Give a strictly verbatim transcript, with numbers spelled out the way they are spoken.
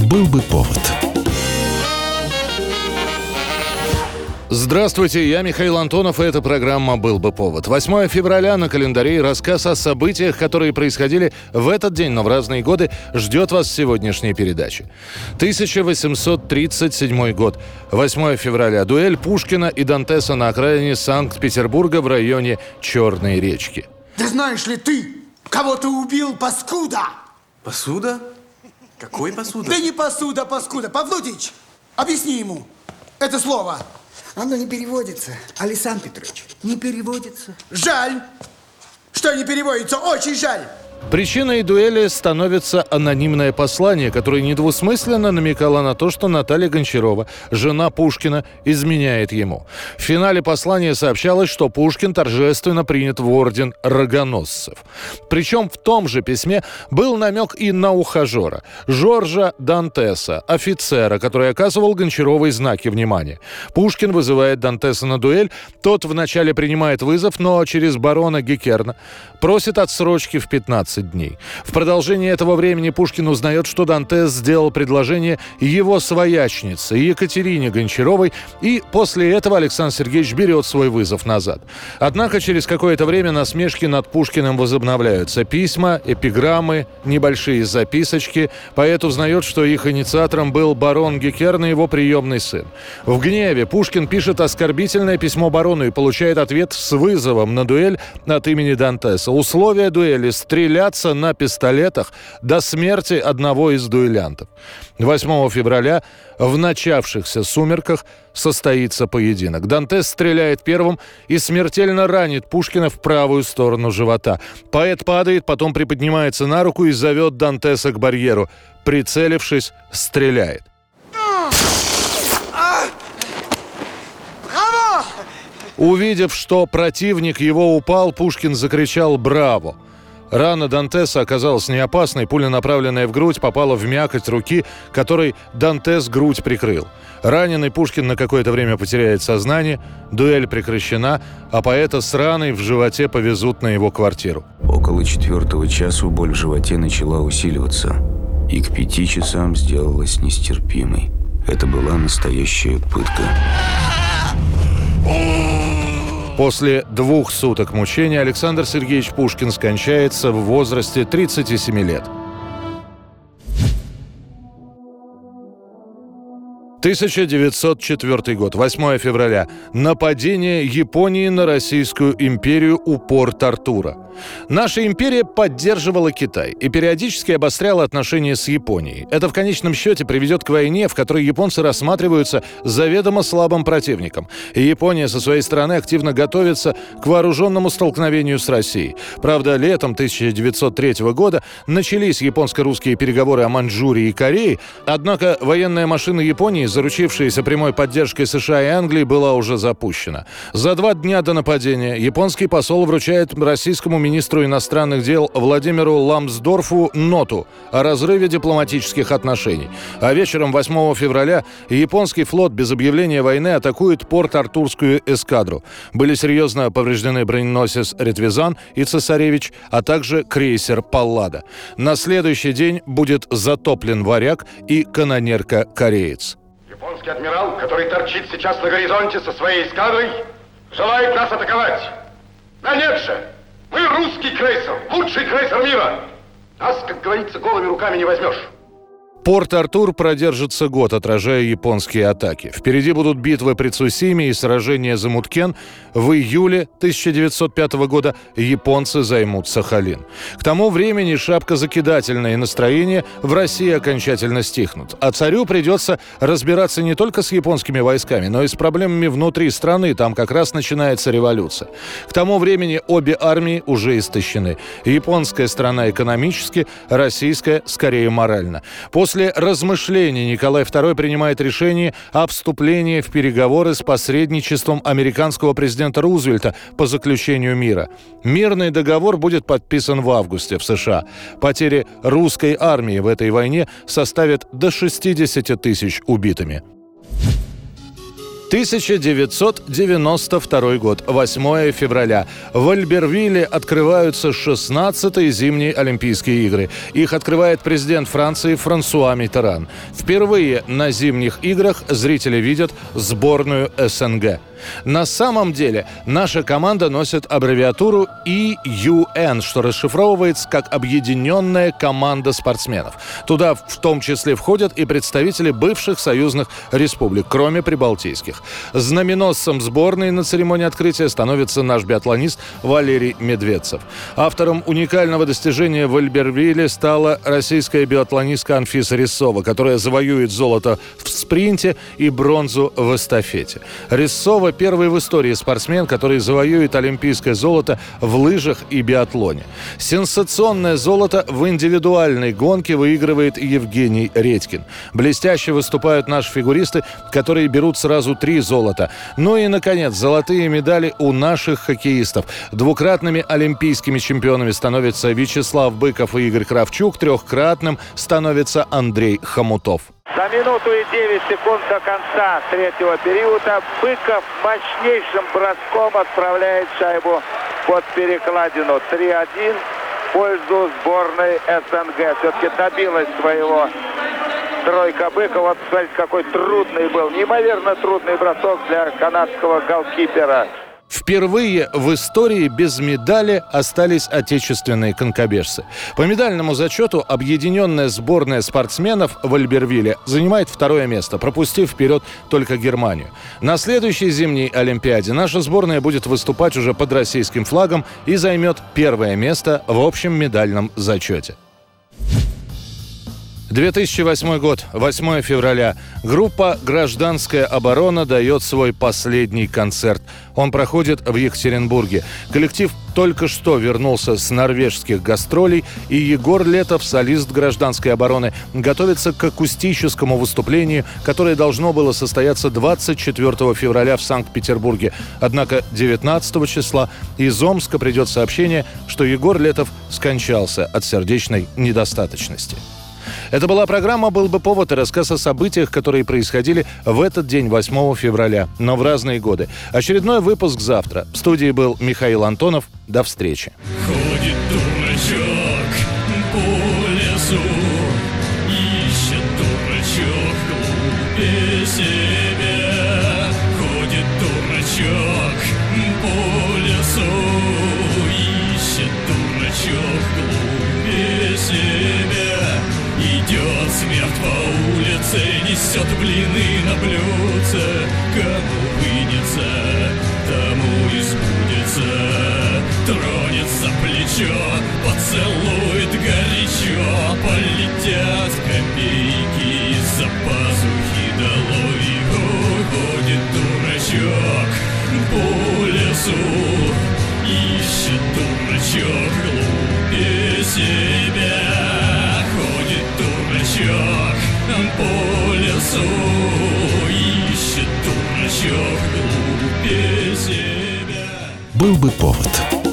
Был бы повод. Здравствуйте, я Михаил Антонов, и эта программа «Был бы повод». восьмое февраля на календаре, и рассказ о событиях, которые происходили в этот день, но в разные годы, ждет вас в сегодняшней передаче. тысяча восемьсот тридцать седьмой год. восьмое февраля. Дуэль Пушкина и Дантеса на окраине Санкт-Петербурга в районе Черной речки. Да знаешь ли ты, кого ты убил, паскуда? Посуда? Какой посуда? Да не посуда, паскуда. Павлутич, объясни ему это слово. Оно не переводится, Александр Петрович, не переводится. Жаль, что не переводится, очень жаль. Причиной дуэли становится анонимное послание, которое недвусмысленно намекало на то, что Наталья Гончарова, жена Пушкина, изменяет ему. В финале послания сообщалось, что Пушкин торжественно принят в орден рогоносцев. Причем в том же письме был намек и на ухажера – Жоржа Дантеса, офицера, который оказывал Гончаровой знаки внимания. Пушкин вызывает Дантеса на дуэль, тот вначале принимает вызов, но через барона Геккерна просит отсрочки в пятнадцать дней. В продолжении этого времени Пушкин узнает, что Дантес сделал предложение его своячнице Екатерине Гончаровой, и после этого Александр Сергеевич берет свой вызов назад. Однако через какое-то время насмешки над Пушкиным возобновляются. Письма, эпиграммы, небольшие записочки. Поэт узнает, что их инициатором был барон Геккерн и его приемный сын. В гневе Пушкин пишет оскорбительное письмо барону и получает ответ с вызовом на дуэль от имени Дантеса. Условия дуэли – стрелять на пистолетах до смерти одного из дуэлянтов. восьмого февраля в начавшихся сумерках состоится поединок. Дантес стреляет первым и смертельно ранит Пушкина в правую сторону живота. Поэт падает, потом приподнимается на руку и зовет Дантеса к барьеру. Прицелившись, стреляет. Увидев, что противник его упал, Пушкин закричал «Браво!». Рана Дантеса оказалась не опасной, пуля, направленная в грудь, попала в мякоть руки, которой Дантес грудь прикрыл. Раненый Пушкин на какое-то время потеряет сознание, дуэль прекращена, а поэта с раной в животе повезут на его квартиру. Около четвертого часу боль в животе начала усиливаться, и к пяти часам сделалась нестерпимой. Это была настоящая пытка. После двух суток мучений Александр Сергеевич Пушкин скончается в возрасте тридцати семи лет. тысяча девятьсот четвёртый год, восьмое февраля. Нападение Японии на Российскую империю у Порт-Артура. Наша империя поддерживала Китай и периодически обостряла отношения с Японией. Это в конечном счете приведет к войне, в которой японцы рассматриваются заведомо слабым противником. И Япония со своей стороны активно готовится к вооруженному столкновению с Россией. Правда, летом тысяча девятьсот третьего года начались японско-русские переговоры о Маньчжурии и Корее, однако военная машина Японии, заручившаяся прямой поддержкой США и Англии, была уже запущена. За два дня до нападения японский посол вручает российскому министру иностранных дел Владимиру Ламсдорфу ноту о разрыве дипломатических отношений. А вечером восьмого февраля японский флот без объявления войны атакует Порт-Артурскую эскадру. Были серьезно повреждены броненосец «Ретвизан» и «Цесаревич», а также крейсер «Паллада». На следующий день будет затоплен «Варяг» и канонерка «Кореец». Японский адмирал, который торчит сейчас на горизонте со своей эскадрой, желает нас атаковать. Да нет же! Мы русский крейсер, лучший крейсер мира. Нас, как говорится, голыми руками не возьмешь. Порт-Артур продержится год, отражая японские атаки. Впереди будут битвы при Цусиме и сражения за Муткен. В июле тысяча девятьсот пятого года японцы займут Сахалин. К тому времени шапкозакидательные настроения в России окончательно стихнут. А царю придется разбираться не только с японскими войсками, но и с проблемами внутри страны. Там как раз начинается революция. К тому времени обе армии уже истощены. Японская сторона экономически, российская скорее морально. После После размышлений Николай второй принимает решение о вступлении в переговоры с посредничеством американского президента Рузвельта по заключению мира. Мирный договор будет подписан в августе в США. Потери русской армии в этой войне составят до шестидесяти тысяч убитыми. тысяча девятьсот девяносто второй год, восьмое февраля. В Альбервилле открываются шестнадцатые зимние Олимпийские игры. Их открывает президент Франции Франсуа Миттеран. Впервые на зимних играх зрители видят сборную СНГ. На самом деле наша команда носит аббревиатуру и ю эн, что расшифровывается как «Объединенная команда спортсменов». Туда в том числе входят и представители бывших союзных республик, кроме прибалтийских. Знаменосцем сборной на церемонии открытия становится наш биатлонист Валерий Медведцев. Автором уникального достижения в Альбервилле стала российская биатлонистка Анфиса Риссова, которая завоюет золото в спринте и бронзу в эстафете. Риссова – первый в истории спортсмен, который завоюет олимпийское золото в лыжах и биатлоне. Сенсационное золото в индивидуальной гонке выигрывает Евгений Редькин. Блестяще выступают наши фигуристы, которые берут сразу три золота. Ну и, наконец, золотые медали у наших хоккеистов. Двукратными олимпийскими чемпионами становятся Вячеслав Быков и Игорь Кравчук. Трехкратным становится Андрей Хомутов. За минуту и девять секунд до конца третьего периода Быков мощнейшим броском отправляет шайбу под перекладину. три один в пользу сборной СНГ. Все-таки добилась своего тройка Быкова. Вот, смотрите, какой трудный был. Неимоверно трудный бросок для канадского голкипера. Впервые в истории без медали остались отечественные конькобежцы. По медальному зачету объединенная сборная спортсменов в Альбервилле занимает второе место, пропустив вперед только Германию. На следующей зимней Олимпиаде наша сборная будет выступать уже под российским флагом и займет первое место в общем медальном зачете. две тысячи восьмой год, восьмое февраля. Группа «Гражданская оборона» дает свой последний концерт. Он проходит в Екатеринбурге. Коллектив только что вернулся с норвежских гастролей, и Егор Летов, солист «Гражданской обороны», готовится к акустическому выступлению, которое должно было состояться двадцать четвёртого февраля в Санкт-Петербурге. Однако девятнадцатого числа из Омска придет сообщение, что Егор Летов скончался от сердечной недостаточности. Это была программа «Был бы повод» и рассказ о событиях, которые происходили в этот день, восьмого февраля, но в разные годы. Очередной выпуск завтра. В студии был Михаил Антонов. До встречи. Ходит дурачок по лесу, ищет дурачок глупее себя. Ходит дурачок по лесу, ищет дурачок глупее себя. Идет смерть по улице, несет блины на блюдце. Кому вынется, тому и сбудется. Тронет за плечо, поцелует горячо. Полетят копейки из-за пазухи долой. Ходит дурачок по лесу, ищет дурачок глупее себя. Дурачок по лесу, ищет дурачок глупее себя. Был бы повод.